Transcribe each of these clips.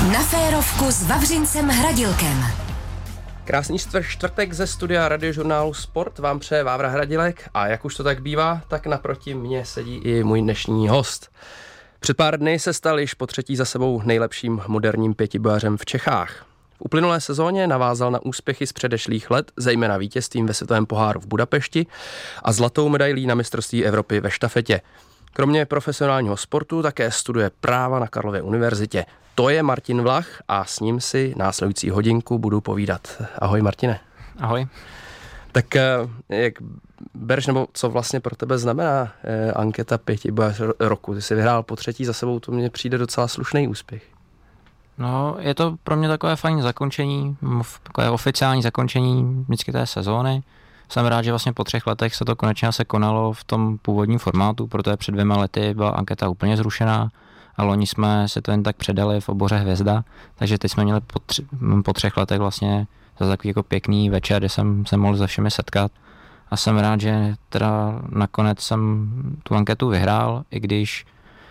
Na férovku s Vavřincem Hradilkem. Krásný čtvrtek ze studia Radiožurnálu Sport vám přeje Vávra Hradilek a jak už to tak bývá, tak naproti mně sedí i můj dnešní host. Před pár dny se stal již po třetí za sebou nejlepším moderním pětibojařem v Čechách. V uplynulé sezóně navázal na úspěchy z předešlých let, zejména vítězstvím ve světovém poháru v Budapešti a zlatou medailí na mistrovství Evropy ve štafetě. Kromě profesionálního sportu také studuje práva na Karlově univerzitě. To je Martin Vlach a s ním si následující hodinku budu povídat. Ahoj Martine. Ahoj. Tak jak bereš, nebo co vlastně pro tebe znamená anketa pětibojař roku? Ty jsi vyhrál po třetí za sebou, to mně přijde docela slušný úspěch. No, je to pro mě takové fajn zakončení, takové oficiální zakončení vždycky té sezóny. Jsem rád, že vlastně po 3 letech se to konečně konalo v tom původním formátu, protože před 2 lety byla anketa úplně zrušená a loni jsme se to jen tak předali v oboře Hvězda, takže teď jsme měli po 3 letech vlastně za takový jako pěkný večer, kde jsem se mohl se všemi setkat a jsem rád, že teda nakonec jsem tu anketu vyhrál, i když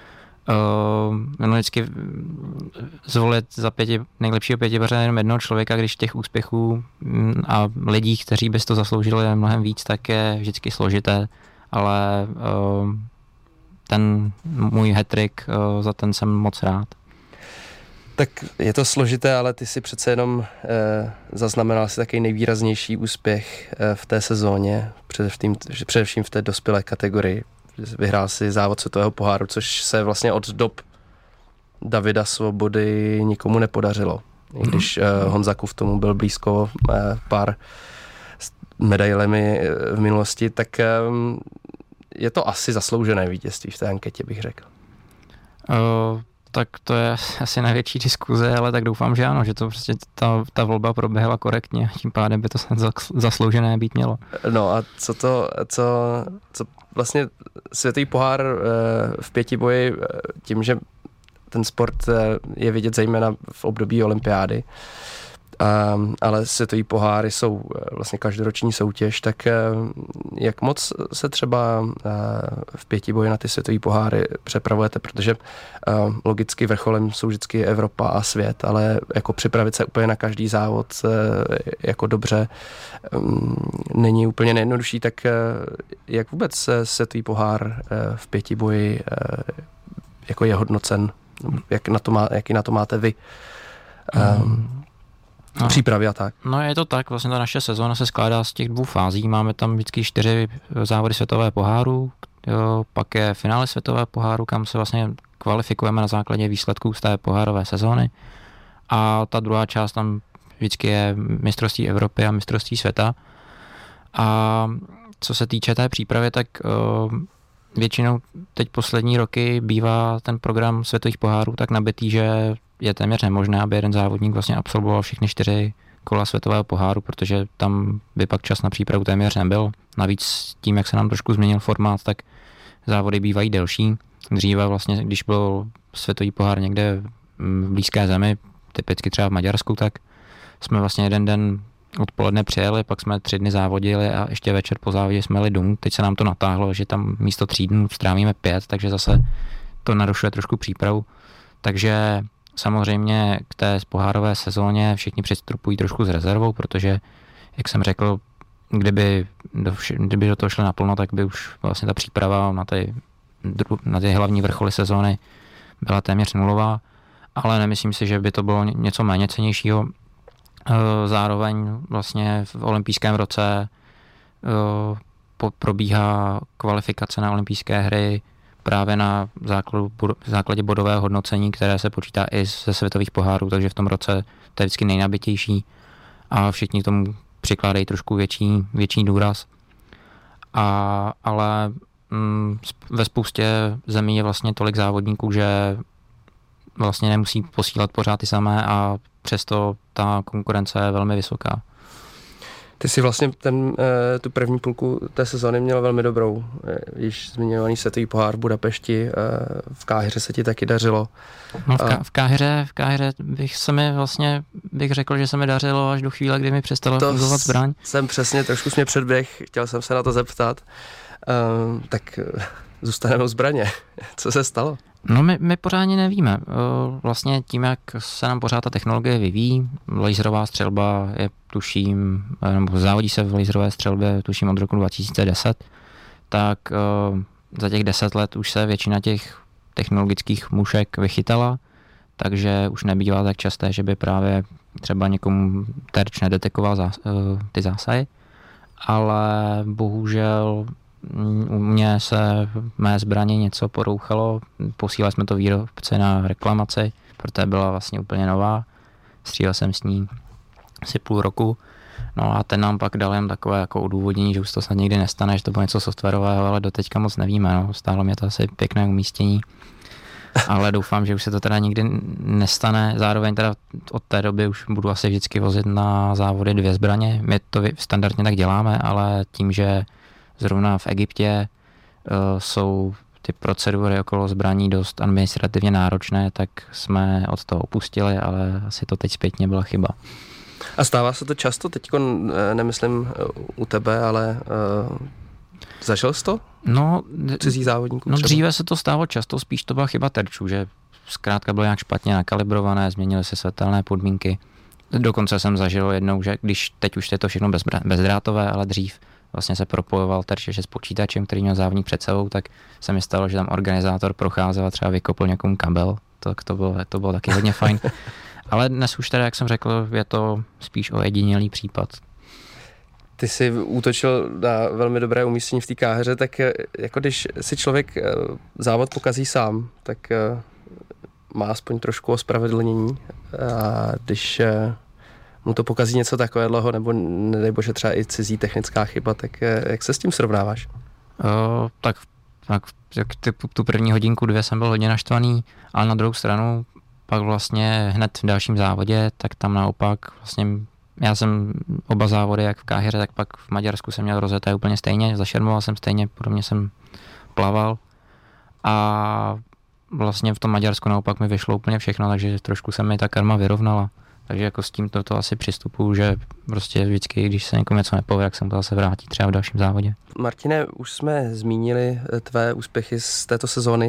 vždycky zvolit za nejlepšího pětibojaře jenom jednoho člověka, když těch úspěchů a lidí, kteří by to zasloužili je mnohem víc, tak je vždycky složité, ale ten můj hat-trick, za ten jsem moc rád. Tak je to složité, ale ty si přece jenom zaznamenal si takový nejvýraznější úspěch v té sezóně, především v té dospělé kategorii. Vyhrál si závod světového poháru, což se vlastně od dob Davida Svobody nikomu nepodařilo. I když Honza Kuf tomu byl blízko pár medailemi v minulosti, tak je to asi zasloužené vítězství v té anketě, bych řekl. Tak to je asi největcí diskuze, ale tak doufám, že ano, že to prostě ta volba proběhla korektně a tím pádem by to zasloužené být mělo. No a co vlastně světový pohár v pětiboji, tím, že ten sport je vidět zejména v období olympiády, ale světový poháry jsou vlastně každoroční soutěž, tak jak moc se třeba v pětiboji na ty světový poháry přepravujete, protože logicky vrcholem jsou vždycky Evropa a svět, ale jako připravit se úplně na každý závod jako dobře není úplně nejjednodušší, tak jak vůbec světový pohár v pětiboji jako je hodnocen, jaký na to máte vy? Přípravy a tak. No je to tak, vlastně ta naše sezóna se skládá z těch 2 fází, máme tam vždycky 4 závody světové poháru, pak je finále světové poháru, kam se vlastně kvalifikujeme na základě výsledků z té pohárové sezóny a ta druhá část tam vždycky je mistrovství Evropy a mistrovství světa a co se týče té přípravy, tak většinou teď poslední roky bývá ten program světových pohárů tak nabitý, že je téměř nemožné, aby jeden závodník vlastně absolvoval všechny 4 kola světového poháru, protože tam by pak čas na přípravu téměř nebyl. Navíc tím, jak se nám trošku změnil formát, tak závody bývají delší. Dříve vlastně, když byl světový pohár někde v blízké zemi, typicky třeba v Maďarsku, tak jsme vlastně jeden den odpoledne přijeli, pak jsme 3 dny závodili a ještě večer po závodě jsme jeli domů. Teď se nám to natáhlo, že tam místo 3 dnů strávíme 5, takže zase to narušuje trošku přípravu. Takže samozřejmě k té pohárové sezóně všichni přistupují trošku s rezervou, protože, jak jsem řekl, kdyby do toho šli naplno, tak by už vlastně ta příprava na ty hlavní vrcholy sezóny byla téměř nulová, ale nemyslím si, že by to bylo něco méně cennějšího. Zároveň vlastně v olympijském roce probíhá kvalifikace na olympijské hry právě na základě bodového hodnocení, které se počítá i ze světových pohárů, takže v tom roce to je vždycky nejnabitější a všichni tomu přikládají trošku větší důraz. Ale ve spoustě zemí je vlastně tolik závodníků, že vlastně nemusí posílat pořád ty samé a přesto ta konkurence je velmi vysoká. Ty jsi vlastně tu první půlku té sezóny měl velmi dobrou. Již zmiňovaný světový pohár v Budapešti, v Káhiře se ti taky dařilo. No v Káhiře bych řekl, že se mi dařilo až do chvíle, kdy mi přestala fungovat zbraň. Jsem přesně, trošku jsi mě předběh, chtěl jsem se na to zeptat. Tak zůstaneme u zbraně. Co se stalo? No my pořádně nevíme. Vlastně tím, jak se nám pořád ta technologie vyvíjí, laserová střelba je tuším, nebo závodí se v laserové střelbě tuším od roku 2010, tak za těch 10 let už se většina těch technologických mušek vychytala, takže už nebývá tak časté, že by právě třeba někomu terč nedetekoval ty zásahy, ale bohužel u mě se mé zbraně něco porouchalo, posílali jsme to výrobce na reklamaci, protože byla vlastně úplně nová, střílel jsem s ní asi půl roku, no a ten nám pak dal jen takové jako odůvodnění, že už to snad nikdy nestane, že to bylo něco softwarového, ale doteďka moc nevíme, no. Stálo mě to asi pěkné umístění, ale doufám, že už se to teda nikdy nestane, zároveň teda od té doby už budu asi vždycky vozit na závody 2 zbraně, my to standardně tak děláme, ale tím, že zrovna v Egyptě jsou ty procedury okolo zbraní dost administrativně náročné, tak jsme od toho upustili, ale asi to teď zpětně byla chyba. A stává se to často? Teďko nemyslím u tebe, ale zažil jsi to? No, cizí závodníků? No dříve se to stávalo často, spíš to byla chyba terčů, že zkrátka byly nějak špatně nakalibrované, změnily se světelné podmínky. Dokonce jsem zažil jednou, že když teď už je to všechno bezdrátové, ale dřív vlastně se propojoval terč s počítačem, který měl závodník před sebou, tak se mi stalo, že tam organizátor procházel a třeba vykopl někomu kabel, tak to bylo taky hodně fajn. Ale dnes už teda, jak jsem řekl, je to spíš ojedinělý případ. Ty jsi útočil na velmi dobré umístění v té káheře, tak jako když si člověk závod pokazí sám, tak má aspoň trošku ospravedlnění. A když mu to pokazí něco takového, nebo nedej bože třeba i cizí technická chyba, tak jak se s tím srovnáváš? Tak tu první hodinku, 2 jsem byl hodně naštvaný, ale na druhou stranu pak vlastně hned v dalším závodě, tak tam naopak vlastně já jsem oba závody, jak v Káhiře, tak pak v Maďarsku jsem měl rozjeté úplně stejně, zašermoval jsem stejně, podobně jsem plaval a vlastně v tom Maďarsku naopak mi vyšlo úplně všechno, takže trošku se mi ta karma vyrovnala. Takže jako s tím to asi přistupuju, že prostě vždycky, když se někomu něco nepovede, tak se mu to zase vrátí třeba v dalším závodě. Martine, už jsme zmínili tvé úspěchy z této sezóny.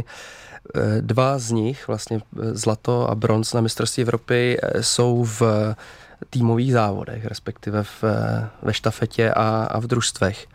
2 z nich, vlastně zlato a bronz na mistrovství Evropy, jsou v týmových závodech, respektive ve štafetě a v družstvech.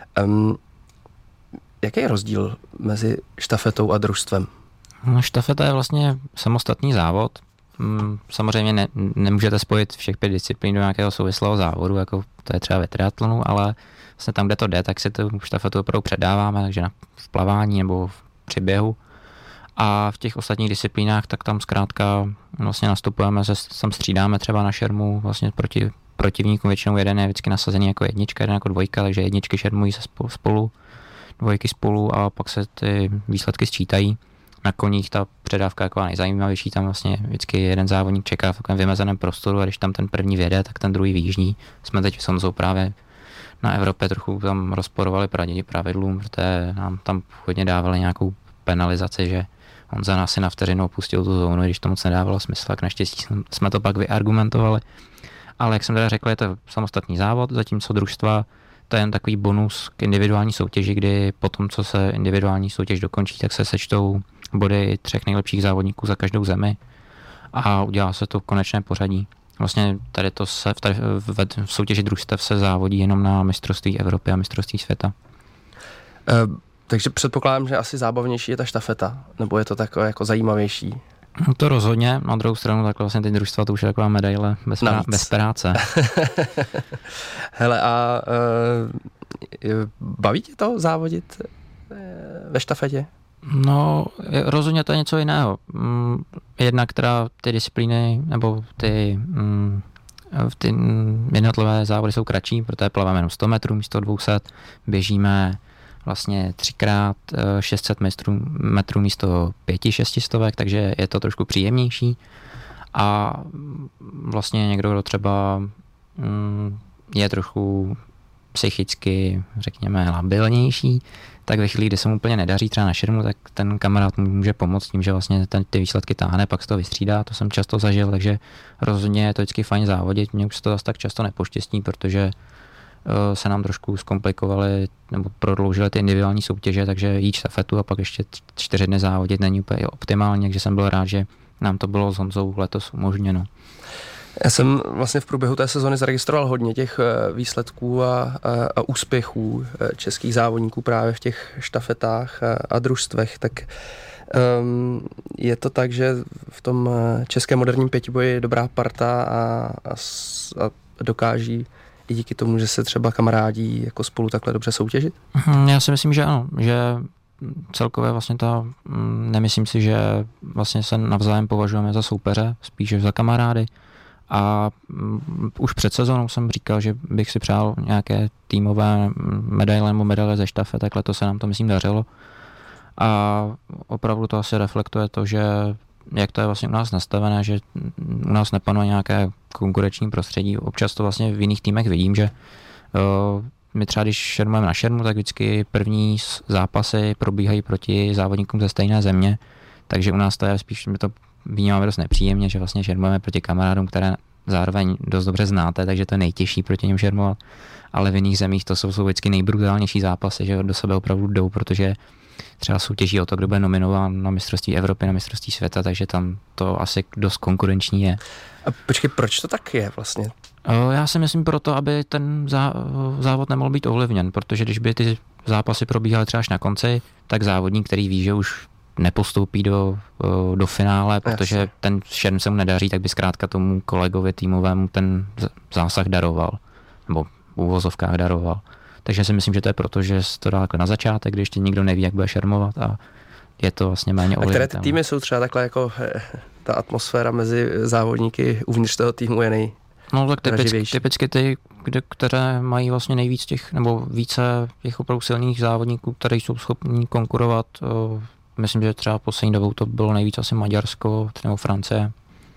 Jaký je rozdíl mezi štafetou a družstvem? No, štafeta je vlastně samostatný závod. Samozřejmě nemůžete spojit všech 5 disciplín do nějakého souvislého závodu, jako to je třeba ve triatlonu, ale vlastně tam, kde to jde, tak si tu štafetu opravdu předáváme, takže v plavání nebo při běhu. A v těch ostatních disciplínách, tak tam zkrátka vlastně nastupujeme, tam střídáme třeba na šermu vlastně proti protivníkům, většinou jeden je vždycky nasazený jako 1, jeden jako 2, takže 1 šermují se spolu, 2 spolu a pak se ty výsledky sčítají. Na koních ta předávka je taková nejzajímavější, tam vlastně vždycky jeden závodník čeká v takovém vymezeném prostoru a když tam ten první vyjede, tak ten druhý vyjíždí. Jsme teď v Sonzou právě na Evropě trochu tam rozporovali pravidlům, protože nám tam hodně dávali nějakou penalizaci, že on za nás si na vteřinu opustil tu zónu, když to moc nedávalo smysl, tak naštěstí jsme to pak vyargumentovali. Ale jak jsem teda řekl, je to samostatný závod, zatímco družstva to je jen takový bonus k individuální soutěži, kdy potom, co se individuální soutěž dokončí, tak se sečtou body 3 nejlepších závodníků za každou zemi a udělá se to konečné pořadí. Vlastně tady to se v soutěži družstev se závodí jenom na mistrovství Evropy a mistrovství světa. Takže předpokládám, že asi zábavnější je ta štafeta, nebo je to takové jako zajímavější? No to rozhodně, na druhou stranu tak vlastně ty družstva to už je taková medaile bez práce. Hele, a baví tě to závodit ve štafetě? No, rozhodně to je něco jiného. Jednak teda ty disciplíny, nebo ty jednotlivé závody jsou kratší, protože plaváme jenom 100 metrů místo 200, běžíme vlastně 3x 600 metrů místo 5-600, takže je to trošku příjemnější. A vlastně někdo, kdo třeba je trochu psychicky, řekněme, labilnější, tak ve chvíli, kdy se mu úplně nedaří třeba na šermu, tak ten kamarád mu může pomoct tím, že vlastně ty výsledky táhne, pak se to vystřídá, to jsem často zažil, takže rozhodně je to vždycky fajn závodit, mě už se to zase tak často nepoštěstí, protože se nám trošku zkomplikovaly nebo prodloužily ty individuální soutěže, takže jít štafetu a pak ještě 4 dny závodit není úplně optimálně, takže jsem byl rád, že nám to bylo s Honzou letos umožněno. Já jsem vlastně v průběhu té sezony zaregistroval hodně těch výsledků a úspěchů českých závodníků právě v těch štafetách a družstvech, tak je to tak, že v tom českém moderním pětiboji je dobrá parta a dokáží i díky tomu, že se třeba kamarádí jako spolu takhle dobře soutěžit? Já si myslím, že ano, že celkově vlastně nemyslím si, že vlastně se navzájem považujeme za soupeře, spíše za kamarády. A už před sezónou jsem říkal, že bych si přál nějaké týmové medaile nebo medaile ze štafet, takhle to se nám to myslím dařilo. A opravdu to asi reflektuje to, že jak to je vlastně u nás nastavené, že u nás nepanuje nějaké konkurenční prostředí. Občas to vlastně v jiných týmech vidím, že my třeba když šermujeme na šermu, tak vždycky první zápasy probíhají proti závodníkům ze stejné země, takže u nás to je spíš, my to vnímáme dost nepříjemně, že vlastně šermujeme proti kamarádům, které zároveň dost dobře znáte, takže to je nejtěžší proti něm šermovat, ale v jiných zemích to jsou vždycky nejbrutálnější zápasy, že do sebe opravdu jdou, protože třeba soutěží o to, kdo bude nominován na mistrovství Evropy, na mistrovství světa, takže tam to asi dost konkurenční je. A počkej, proč to tak je vlastně? Já si myslím proto, aby ten závod nemohl být ovlivněn, protože když by ty zápasy probíhaly třeba až na konci, tak závodník, který ví, že už nepostoupí do finále, protože Jasně. ten šerm se mu nedaří, tak by zkrátka tomu kolegovi týmovému ten zásah daroval, nebo v uvozovkách daroval. Takže si myslím, že to je proto, že se to dá takhle na začátek, když ještě nikdo neví, jak bude šermovat a je to vlastně méně ovlivnitelné. A které ty týmy jsou třeba takhle jako ta atmosféra mezi závodníky uvnitř toho týmu je No tak typicky ty, které mají vlastně nejvíc těch, nebo více těch opravdu silných závodníků, které jsou schopní konkurovat. Myslím, že třeba poslední dobou to bylo nejvíc asi Maďarsko nebo Francie.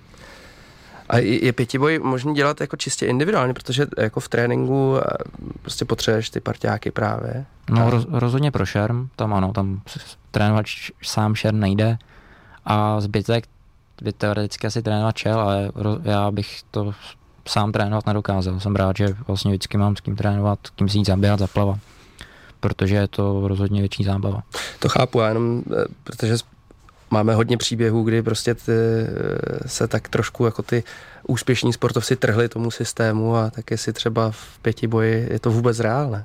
A je pětiboj možný dělat jako čistě individuálně, protože jako v tréninku prostě potřebuješ ty parťáky právě? No rozhodně pro šerm, tam ano, tam trénovat sám šerm nejde a zbytek by teoreticky asi trénovat šel, ale já bych to sám trénovat nedokázal. Jsem rád, že vlastně vždycky mám s kým trénovat, s kým si jít zaběhat, zaplavat, protože je to rozhodně větší zábava. To chápu, já jenom, protože máme hodně příběhů, kdy prostě se tak trošku jako ty úspěšní sportovci trhli tomu systému a tak jestli třeba v pětiboji je to vůbec reálné?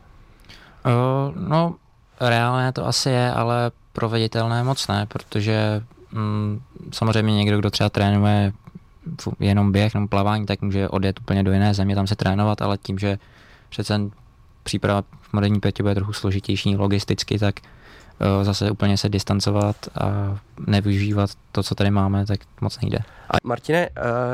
No, reálné to asi je, ale proveditelné moc ne, protože samozřejmě někdo, kdo třeba trénuje jenom běh, jenom plavání, tak může odjet úplně do jiné země, tam se trénovat, ale tím, že přece příprava v moderní pětiboji je trochu složitější logisticky, tak zase úplně se distancovat a nevyužívat to, co tady máme, tak moc nejde. A Martine,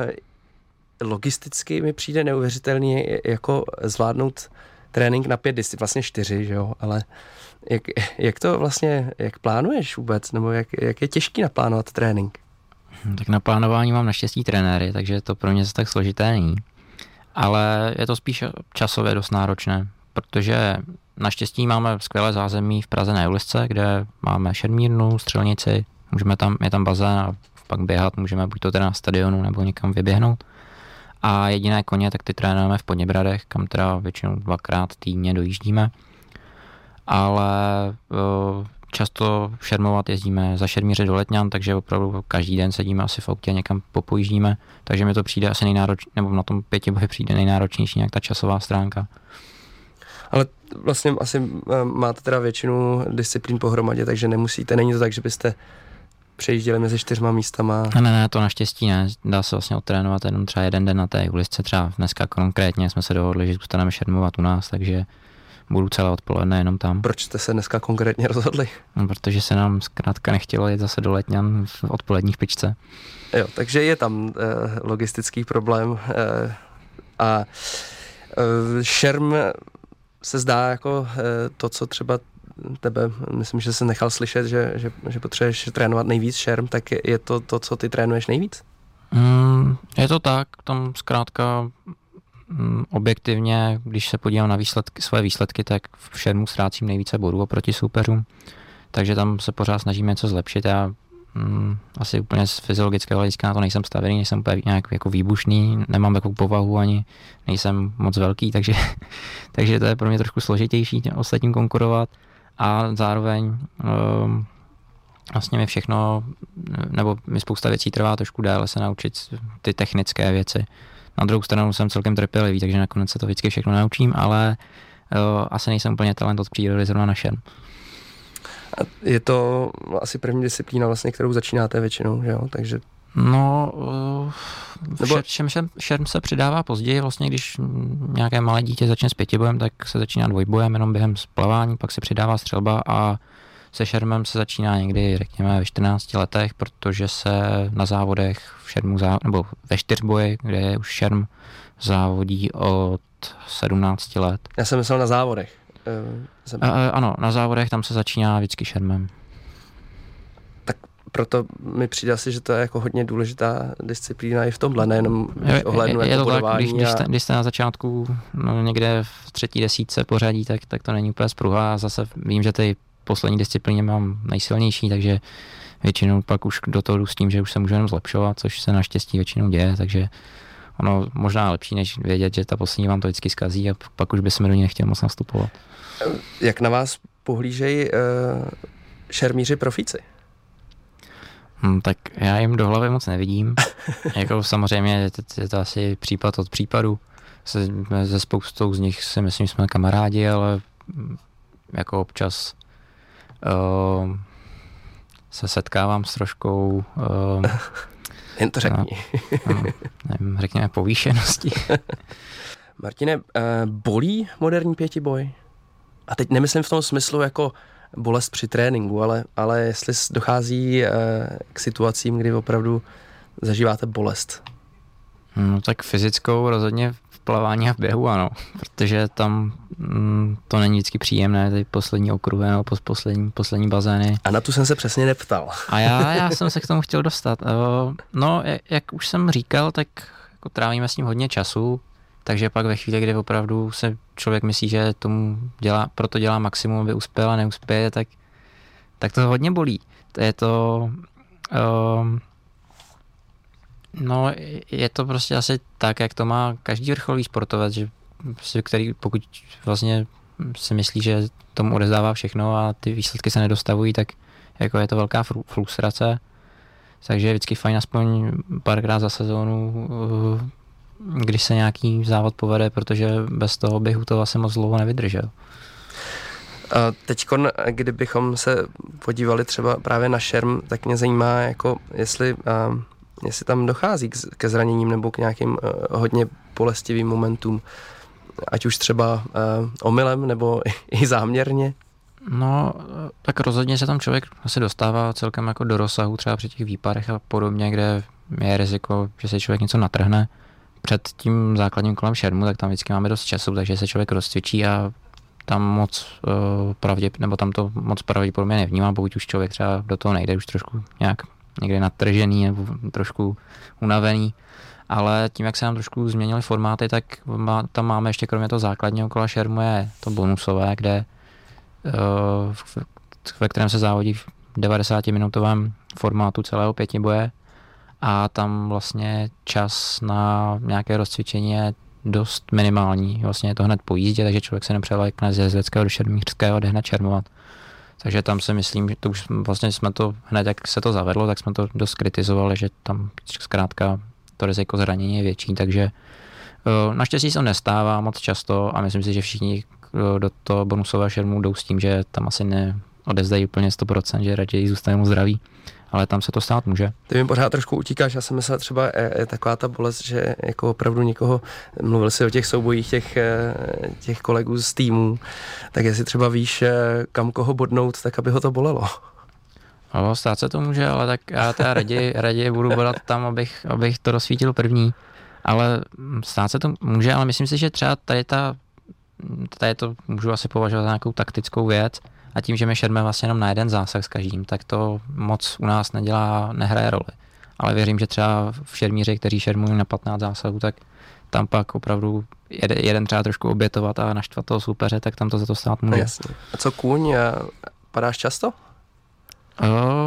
logisticky mi přijde neuvěřitelný jako zvládnout trénink na 5 disciplín, vlastně 4, že jo, ale jak to vlastně, jak plánuješ vůbec, nebo jak je těžký naplánovat trénink? Tak na plánování mám naštěstí trenéry, takže to pro mě zase tak složité není. Ale je to spíš časově dost náročné, protože naštěstí máme skvělé zázemí v Praze na Julisce, kde máme šermírnu, střelnici, je tam bazén a pak běhat, můžeme buď to teda na stadionu nebo někam vyběhnout. A jediné koně, tak ty trénujeme v Podněbradech, kam teda většinou 2krát týdně dojíždíme. Ale často šermovat jezdíme za šermíře do Letňan, takže opravdu každý den sedíme asi v autě a někam popojíždíme, takže mi to přijde asi nebo na tom pětiboji přijde nejnáročnější nějak ta časová stránka. Ale vlastně asi máte teda většinu disciplín pohromadě, takže není to tak, že byste přejížděli mezi 4 místama? Ne, to naštěstí ne. Dá se vlastně odtrénovat jenom třeba jeden den na té Julisce, třeba dneska konkrétně jsme se dohodli, že zůstaneme šermovat u nás, takže budu celé odpoledne jenom tam. Proč jste se dneska konkrétně rozhodli? No, protože se nám zkrátka nechtělo jít zase do Letňan v odpolední špičce. Jo, takže je tam logistický problém a šerm se zdá jako to, co třeba tebe, myslím, že jsem nechal slyšet, že potřebuješ trénovat nejvíc šerm, tak je to, co ty trénuješ nejvíc? Je to tak, tam zkrátka objektivně, když se podívám na své výsledky, tak v šermu ztrácím nejvíce bodů oproti soupeřům, takže tam se pořád snažíme něco zlepšit. Já asi úplně z fyziologického hlediska na to nejsem stavěný, nejsem úplně nějak jako výbušný, nemám takovou povahu ani nejsem moc velký, takže to je pro mě trošku složitější ostatním konkurovat a zároveň vlastně mi všechno, nebo mi spousta věcí trvá trošku déle se naučit ty technické věci. Na druhou stranu jsem celkem trpělivý, takže nakonec se to vždycky všechno naučím, ale asi nejsem úplně talent od přírody zrovna na šerm. A je to asi první disciplína, vlastně, kterou začínáte většinou, že jo? Takže... No, šerm se přidává později, vlastně když nějaké malé dítě začne s pětibojem, tak se začíná dvojbojem jenom během splavání, pak se přidává střelba a se šermem se začíná někdy, řekněme, ve 14 letech, protože se na závodech v šermu, nebo ve čtyřboji, kde je už šerm, závodí od 17 let. Já jsem myslel na závodech. Ano, na závodech tam se začíná vždycky šermem. Tak proto mi přijde asi, že to je jako hodně důležitá disciplína i v tomhle, nejenom ohlednu jako bodování. Když jste na začátku někde v třetí desítce pořadí, tak to není úplně spruha a zase vím, že ty poslední disciplíně mám nejsilnější, takže většinou pak už do toho jdu s tím, že už se můžu jenom zlepšovat, což se naštěstí většinou děje, takže ono možná lepší, než vědět, že ta poslední vám to vždycky zkazí a pak už by se mi do ní nechtěl moc nastupovat. Jak na vás pohlížejí šermíři profíci? Tak já jim do hlavy moc nevidím. Jako samozřejmě je to asi případ od případu. Se spoustou z nich si myslím, že jsme kamarádi, ale jako občas se setkávám s troškou jen to řekni. Nevím, řekněme povýšenosti. Martine, bolí moderní pětiboj? A teď nemyslím v tom smyslu jako bolest při tréninku, ale jestli dochází k situacím, kdy opravdu zažíváte bolest. No tak fyzickou rozhodně v plavání a v běhu ano, protože tam to není vždycky příjemné, ty poslední okruhy nebo poslední bazény. A na tu jsem se přesně neptal. A já jsem se k tomu chtěl dostat. No, jak už jsem říkal, tak jako trávíme s ním hodně času, takže pak ve chvíli, kdy opravdu se člověk myslí, že proto dělá maximum, aby uspěl a neuspěje, tak to hodně bolí. Je to... No, je to prostě asi tak, jak to má každý vrcholový sportovec, že který pokud vlastně si myslí, že tomu odezdává všechno a ty výsledky se nedostavují, tak jako je to velká frustrace. Takže je vždycky fajn aspoň párkrát za sezónu, když se nějaký závod povede, protože bez toho běhu to asi moc dlouho nevydržel. Teďkon, kdybychom se podívali třeba právě na šerm, tak mě zajímá, jako jestli tam dochází ke zraněním nebo k nějakým hodně bolestivým momentům, ať už třeba omylem nebo i záměrně. No, tak rozhodně se tam člověk asi dostává celkem jako do rozsahu třeba při těch výparech a podobně, kde je riziko, že se člověk něco natrhne. Před tím základním kolem šermu, tak tam vždycky máme dost času, takže se člověk rozcvičí a tam tam to moc pravděpodobně nevnímá, pokud už člověk třeba do toho nejde, už trošku nějak někde natržený nebo trošku unavený. Ale tím, jak se nám trošku změnily formáty, tak tam máme ještě kromě toho základního kola šermu je to bonusové, kde ve kterém se závodí v 90-minutovém formátu celého pětiboje a tam vlastně čas na nějaké rozcvičení je dost minimální. Vlastně je to hned po jízdě, takže člověk se nepřevlékne z jezdeckého do šermířského a jde hned šermovat. Takže tam si myslím, že to už vlastně jsme to hned, jak se to zavedlo, tak jsme to dost kritizovali, že tam zkrátka to riziko zranění je větší, takže naštěstí se to nestává moc často a myslím si, že všichni do toho bonusového šermu jdou s tím, že tam asi neodezdají úplně 100%, že raději zůstanou zdraví, ale tam se to stát může. Ty mi pořád trošku utíkáš, já jsem myslel třeba je taková ta bolest, že jako opravdu někoho, mluvil si o těch soubojích těch kolegů z týmu, tak jestli třeba víš, kam koho bodnout, tak aby ho to bolelo. No, stát se to může, ale tak já teda raději budu bodat tam, abych to rozsvítil první, ale stát se to může, ale myslím si, že třeba tady to můžu asi považovat za nějakou taktickou věc a tím, že my šerme vlastně jenom na jeden zásah s každým, tak to moc u nás nehraje roli. Ale věřím, že třeba v šermíři, kteří šermují na 15 zásahů, tak tam pak opravdu jeden třeba trošku obětovat a naštvat toho soupeře, tak tam to za to stát může. Jasně. A co kůň, padáš často?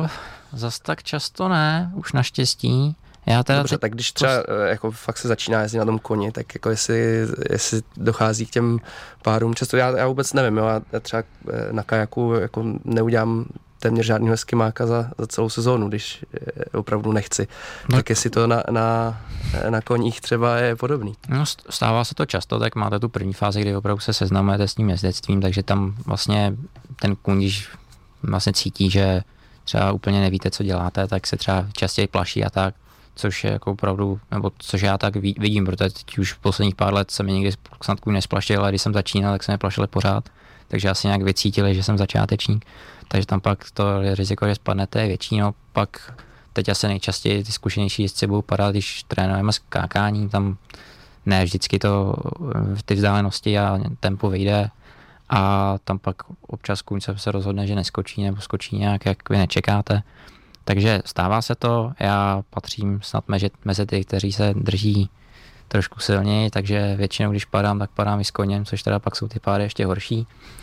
zas tak často ne, už naštěstí. Já teda dobře, tak když třeba jako fakt se začíná jezdit na tom koni, tak jako jestli dochází k těm párům často, já vůbec nevím, jo, já třeba na kajaku jako neudělám téměř žádného eskimáka za celou sezónu, když opravdu nechci. No. Tak jestli to na koních třeba je podobný. No, stává se to často, tak máte tu první fázi, kdy opravdu se seznamujete s tím jezdectvím, takže tam vlastně ten kůň, když vlastně cítí, že třeba úplně nevíte, co děláte, tak se třeba častěji plaší a tak, což je jako opravdu, nebo což já tak vidím, protože teď už v posledních pár let se mi nikdy snad kůň nesplašil, ale když jsem začínal, tak se mě plašili pořád, takže asi nějak vycítili, že jsem začátečník. Takže tam pak to riziko, že spadnete, je větší. No, pak teď asi nejčastěji ty zkušenější jezdci budou padat, když trénujeme skákání, tam ne vždycky to ty vzdálenosti a tempo vyjde a tam pak občas kůň se rozhodne, že neskočí nebo skočí nějak, jak vy nečekáte. Takže stává se to, já patřím snad mezi ty, kteří se drží trošku silněji, takže většinou, když padám, tak padám i s koněm, což teda pak jsou ty pády ještě horší.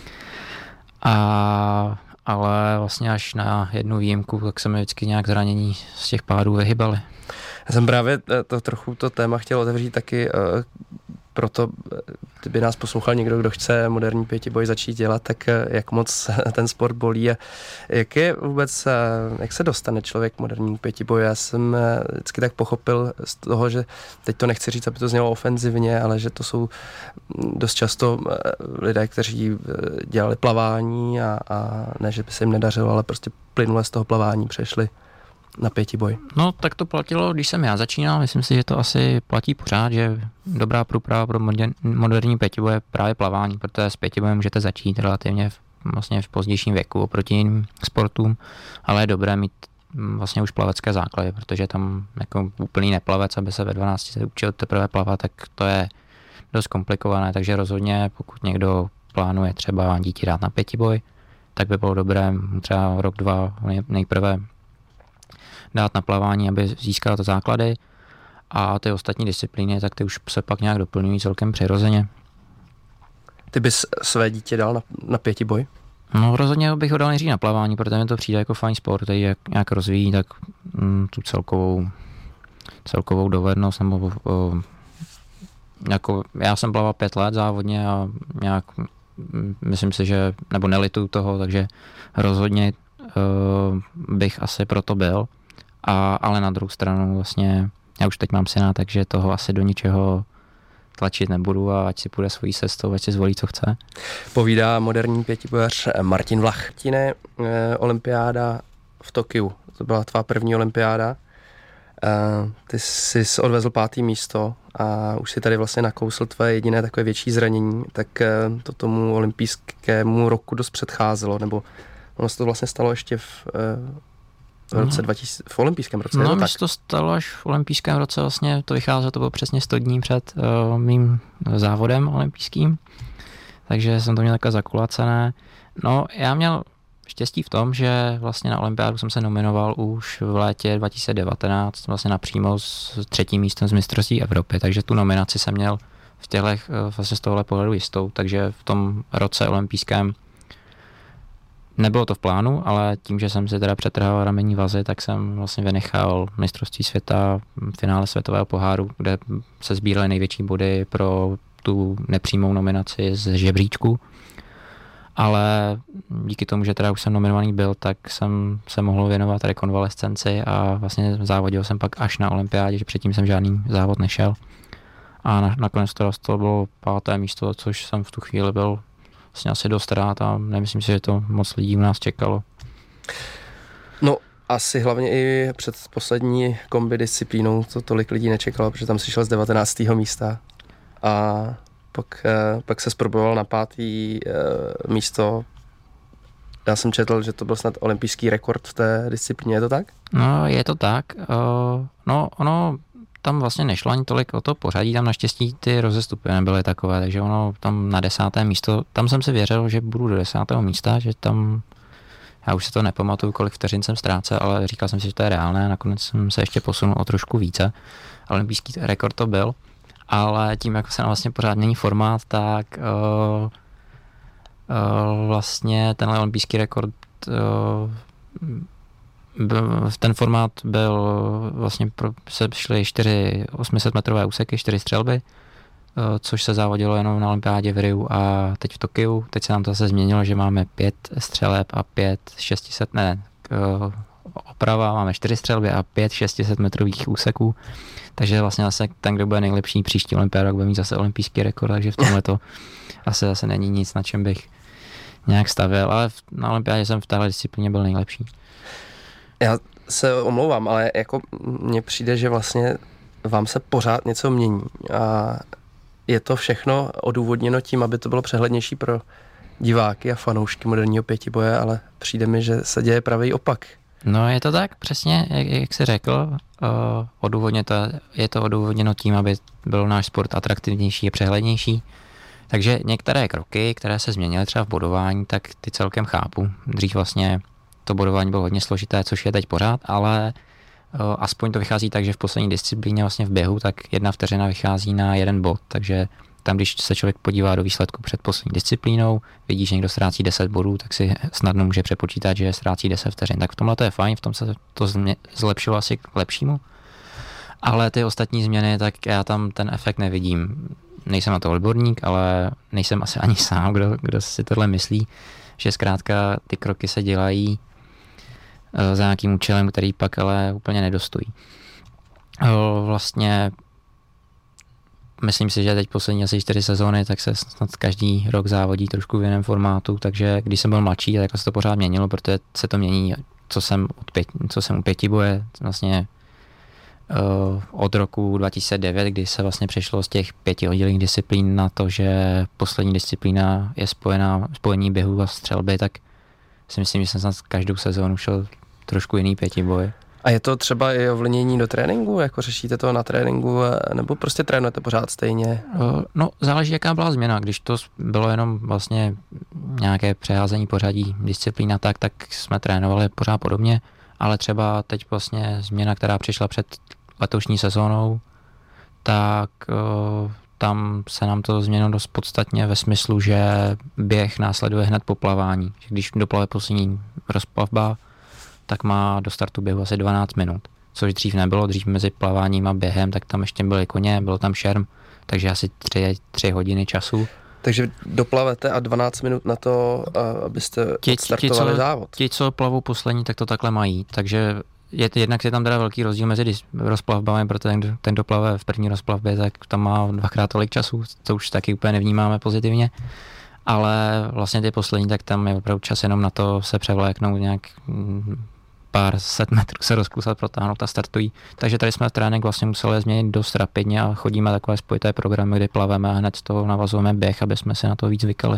Ale vlastně až na jednu výjimku, tak se mi vždycky nějak zranění z těch pádů vyhybali. Já jsem právě trochu to téma chtěl otevřít taky, proto kdyby nás poslouchal někdo, kdo chce moderní pětiboj začít dělat, tak jak moc ten sport bolí a jak se dostane člověk k modernímu pětiboji. Já jsem vždycky tak pochopil z toho, že teď to nechci říct, aby to znělo ofenzivně, ale že to jsou dost často lidé, kteří dělali plavání a ne, že by se jim nedařilo, ale prostě plynule z toho plavání přešli na pětiboj. No, tak to platilo, když jsem já začínal. Myslím si, že to asi platí pořád, že dobrá průprava pro moderní pětiboj je právě plavání, protože s pětibojem můžete začít relativně vlastně v pozdějším věku oproti jiným sportům, ale je dobré mít vlastně už plavecké základy, protože tam jako úplný neplavec, aby se ve 12 se učil teprve plavat, tak to je dost komplikované, takže rozhodně pokud někdo plánuje třeba dítě dát na pětiboj, tak by bylo dobré třeba rok, dva nejprve dát na plavání, aby získal to základy a ty ostatní disciplíny, tak ty už se pak nějak doplňují celkem přirozeně. Ty bys své dítě dal na pětiboj? No rozhodně bych ho dal nejdřív na plavání, protože mi to přijde jako fajn sport, který jak rozvíjí tak tu celkovou dovednost, nebo jako já jsem plaval 5 let závodně a nějak myslím si, že, nebo nelituju toho, takže rozhodně bych asi proto byl. Ale na druhou stranu vlastně, já už teď mám syna, takže toho asi do ničeho tlačit nebudu a ať si půjde svojí cestou, ať si zvolí, co chce. Povídá moderní pětibojař Martin Vlach. Tine, olympiáda v Tokiu, to byla tvá první olympiáda. Ty jsi odvezl 5. místo a už si tady vlastně nakousl tvé jediné takové větší zranění, tak to tomu olympijskému roku dost předcházelo, nebo ono se to vlastně stalo ještě v roce 2000, v olympijském roce. No, mi se to stalo až v olympijském roce, vlastně to vycházelo, to bylo přesně 100 dní před mým závodem olympijským, takže jsem to měl takhle zakulacené. No, já měl štěstí v tom, že vlastně na olympiádu jsem se nominoval už v létě 2019, vlastně napřímo s 3. místem z mistrovství Evropy, takže tu nominaci jsem měl v těchto vlastně z tohohle pohledu jistou, takže v tom roce olympijském nebylo to v plánu, ale tím, že jsem si teda přetrhal ramenní vazy, tak jsem vlastně vynechal mistrovství světa, finále světového poháru, kde se sbíraly největší body pro tu nepřímou nominaci z žebříčku. Ale díky tomu, že teda už jsem nominovaný byl, tak jsem se mohl věnovat rekonvalescenci a vlastně závodil jsem pak až na olympiádě, že předtím jsem žádný závod nešel. A nakonec to bylo 5. místo, což jsem v tu chvíli byl vlastně asi dost rád a nemyslím si, že to moc lidí u nás čekalo. No, asi hlavně i před poslední kombi disciplínou to tolik lidí nečekalo, protože tam si šel z 19. místa a pak se zproboval na 5. místo. Já jsem četl, že to byl snad olympijský rekord v té disciplíně, je to tak? No, je to tak. No, ono tam vlastně nešlo ani tolik o to pořadí, tam naštěstí ty rozestupy nebyly takové, takže ono tam na 10. místo, tam jsem si věřil, že budu do 10. místa, že tam, já už se to nepamatuju, kolik vteřin jsem ztrácel, ale říkal jsem si, že to je reálné, nakonec jsem se ještě posunul o trošku více. Olympijský rekord to byl, ale tím, jak se nám vlastně pořád mění formát, tak vlastně tenhle olympijský rekord ten formát byl vlastně, se šly 4 800-metrové úseky, 4 střelby, což se závodilo jenom na olympiádě v Riu a teď v Tokiu. Teď se nám to zase změnilo, že máme 5 střeleb a 5 600, oprava, máme 4 střelby a 5 600 metrových úseků. Takže vlastně zase ten, kdo bude nejlepší příští olympiáda, bude mít zase olympijský rekord, takže v tomhle to asi zase není nic, na čem bych nějak stavěl, ale na olympiádě jsem v téhle disciplíně byl nejlepší. Já se omlouvám, ale jako mně přijde, že vlastně vám se pořád něco mění a je to všechno odůvodněno tím, aby to bylo přehlednější pro diváky a fanoušky moderního pětiboje, ale přijde mi, že se děje pravý opak. No je to tak, přesně, jak jsi řekl, je to odůvodněno tím, aby byl náš sport atraktivnější a přehlednější. Takže některé kroky, které se změnily třeba v bodování, tak ty celkem chápu. Dřív vlastně to bodování bylo hodně složité, což je teď pořád, ale aspoň to vychází tak, že v poslední disciplíně vlastně v běhu, tak 1 vteřina vychází na 1 bod, takže tam, když se člověk podívá do výsledku před poslední disciplínou, vidí, že někdo ztrácí 10 bodů, tak si snadno může přepočítat, že ztrácí 10 vteřin. Tak v tomhle to je fajn, v tom se to zlepšilo asi k lepšímu. Ale ty ostatní změny, tak já tam ten efekt nevidím. Nejsem na to odborník, ale nejsem asi ani sám, kdo si tohle myslí, že zkrátka ty kroky se dělají za nějakým účelem, který pak ale úplně nedostojí. Vlastně myslím si, že teď poslední asi 4 sezóny, tak se snad každý rok závodí trošku v jiném formátu, takže když jsem byl mladší, tak se to pořád měnilo, protože se to mění, co jsem u pětiboje, vlastně od roku 2009, kdy se vlastně přešlo z těch 5 oddělených disciplín na to, že poslední disciplína je spojení běhu a střelby, tak si myslím, že jsem snad každou sezónu šel trošku jiný pětiboj. A je to třeba i ovlnění do tréninku? Jako řešíte to na tréninku nebo prostě trénujete pořád stejně? No, záleží, jaká byla změna. Když to bylo jenom vlastně nějaké přeházení pořadí disciplína, tak jsme trénovali pořád podobně, ale třeba teď vlastně změna, která přišla před letošní sezónou, tak tam se nám to změnilo dost podstatně ve smyslu, že běh následuje hned po plavání. Když doplave poslední rozplavba, tak má do startu běhu asi 12 minut, což dřív nebylo. Dřív mezi plaváním a během, tak tam ještě byly koně, byl tam šerm, takže asi 3 hodiny času. Takže doplavete a 12 minut na to, abyste odstartovali závod. Ti, co plavou poslední, tak to takhle mají, takže jednak je tam teda velký rozdíl mezi rozplavbami, protože ten doplave v první rozplavbě, tak tam má 2x tolik času, to už taky úplně nevnímáme pozitivně. Ale vlastně ty poslední, tak tam je opravdu čas jenom na to se převléknout nějak pár set metrů se rozklusat, protáhnout a startují. Takže tady jsme trénink vlastně museli změnit dost rapidně a chodíme takové spojité programy, kdy plaveme a hned z toho navazujeme běh, aby jsme se na to víc zvykali.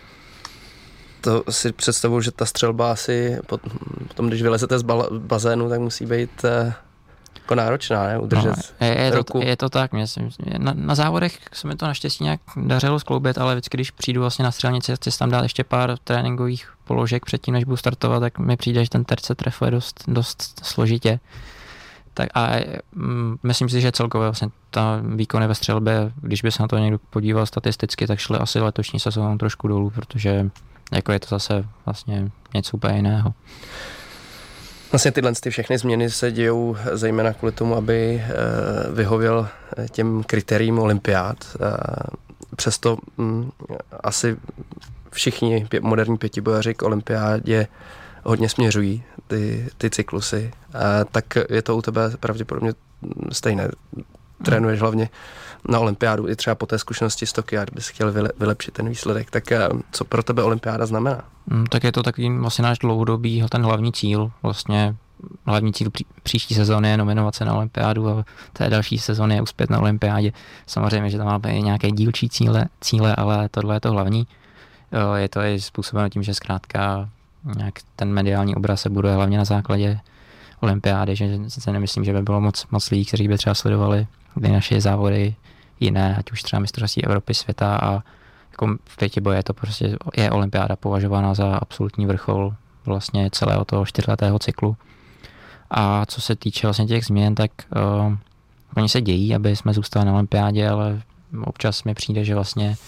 To si představuji, že ta střelba asi potom, když vylezete z bazénu, tak musí být jako náročná, ne? Udržet ruku. Je to tak, myslím. Na závodech se mi to naštěstí nějak dařilo skloubit, ale vždycky, když přijdu vlastně na střelnici, chci tam dát ještě pár tréninkových položek předtím, než budu startovat, tak mi přijde, že ten terč se trefuje dost složitě. Tak a myslím si, že celkově vlastně ta výkony ve střelbě, když by se na to někdo podíval statisticky, tak šly asi letošní sezónu trošku dolů, protože jako je to zase vlastně něco úplně jiného. Vlastně tyhle všechny změny se dějou zejména kvůli tomu, aby vyhověl těm kritériím olympiád. Přesto asi všichni moderní pětibojaři k olympiádě hodně směřují ty cyklusy. Tak je to u tebe pravděpodobně stejné. Trénuješ hlavně na olympiádu i třeba po té zkušenosti z Tokia, kdybys chtěl vylepšit ten výsledek. Tak co pro tebe olympiáda znamená? Tak je to takový vlastně náš dlouhodobý, ten hlavní cíl. Vlastně hlavní cíl příští sezóny je nominovat se na olympiádu a té další sezóny je uspět na olympiádě. Samozřejmě, že tam máme i nějaké dílčí cíle, ale tohle je to hlavní. Je to i způsobeno tím, že zkrátka nějak ten mediální obraz se buduje hlavně na základě olympiády, že se nemyslím, že by bylo moc lidí, kteří by třeba sledovali ty naše závody jiné, ať už třeba mistrovství Evropy, světa a jako v pětiboji je olympiáda považována za absolutní vrchol vlastně celého toho 4letého cyklu. A co se týče vlastně těch změn, tak oni se dějí, aby jsme zůstali na olympiádě, ale občas mi přijde, že vlastně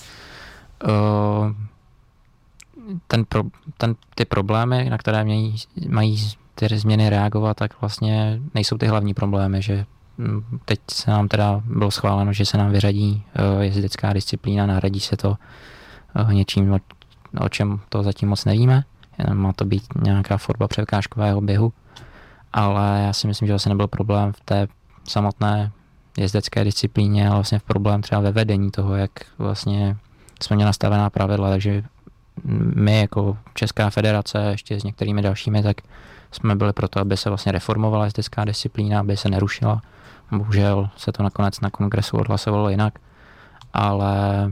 ty problémy, na které mají ty změny reagovat, tak vlastně nejsou ty hlavní problémy, že teď se nám teda bylo schváleno, že se nám vyřadí jezdecká disciplína, nahradí se to něčím, o čem to zatím moc nevíme. Má to být nějaká forma překážkového běhu, ale já si myslím, že vlastně nebyl problém v té samotné jezdecké disciplíně, ale vlastně v problém třeba ve vedení toho, jak vlastně jsme měli nastavená pravidla, takže my jako Česká federace ještě s některými dalšími, tak jsme byli proto, aby se vlastně reformovala jezdecká disciplína, aby se nerušila. Bohužel se to nakonec na kongresu odhlasovalo jinak, ale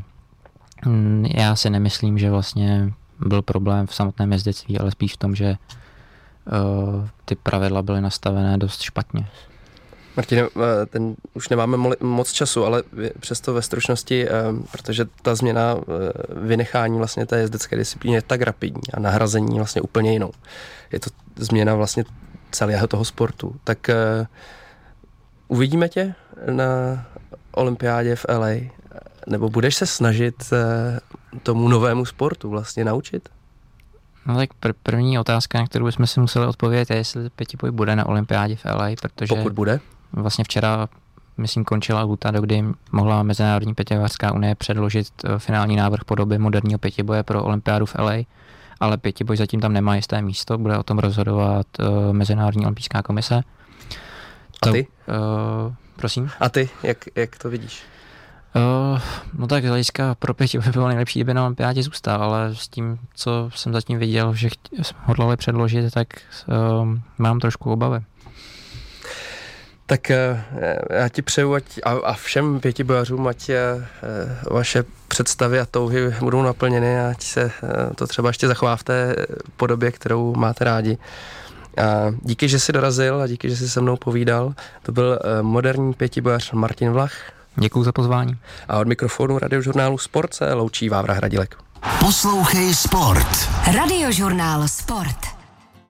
já si nemyslím, že vlastně byl problém v samotném jezdectví, ale spíš v tom, že ty pravidla byly nastavené dost špatně. Martine, ten už nemáme moc času, ale přesto ve stručnosti, protože ta změna vynechání vlastně té jezdecké disciplíny je tak rapidní a nahrazení vlastně úplně jinou. Je to změna vlastně celého toho sportu. Tak uvidíme tě na olympiádě v LA, nebo budeš se snažit tomu novému sportu vlastně naučit? No tak první otázka, na kterou bychom si museli odpovědět, je, jestli pětiboj bude na olympiádě v LA, protože pokud bude. Vlastně včera, myslím, končila lhůta, dokdy mohla Mezinárodní pětibojařská unie předložit finální návrh podoby moderního pětiboje pro olympiádu v LA, ale pětiboj zatím tam nemá jisté místo, bude o tom rozhodovat Mezinárodní olympijská komise. A ty? Prosím? A ty, jak to vidíš? No tak z hlediska pro pětiboj by bylo nejlepší, kdyby na olympiádě zůstal, ale s tím, co jsem zatím viděl, že hodlali předložit, tak mám trošku obavy. Tak já ti přeju a všem pětibojařům, ať vaše představy a touhy budou naplněny a ať se to třeba ještě zachová v té podobě, kterou máte rádi. A díky, že jsi dorazil a díky, že jsi se mnou povídal. To byl moderní pětibojař Martin Vlach. Děkuju za pozvání. A od mikrofonu radiožurnálu Sport se loučí Vávra Hradilek. Poslouchej Sport. Radiožurnál Sport.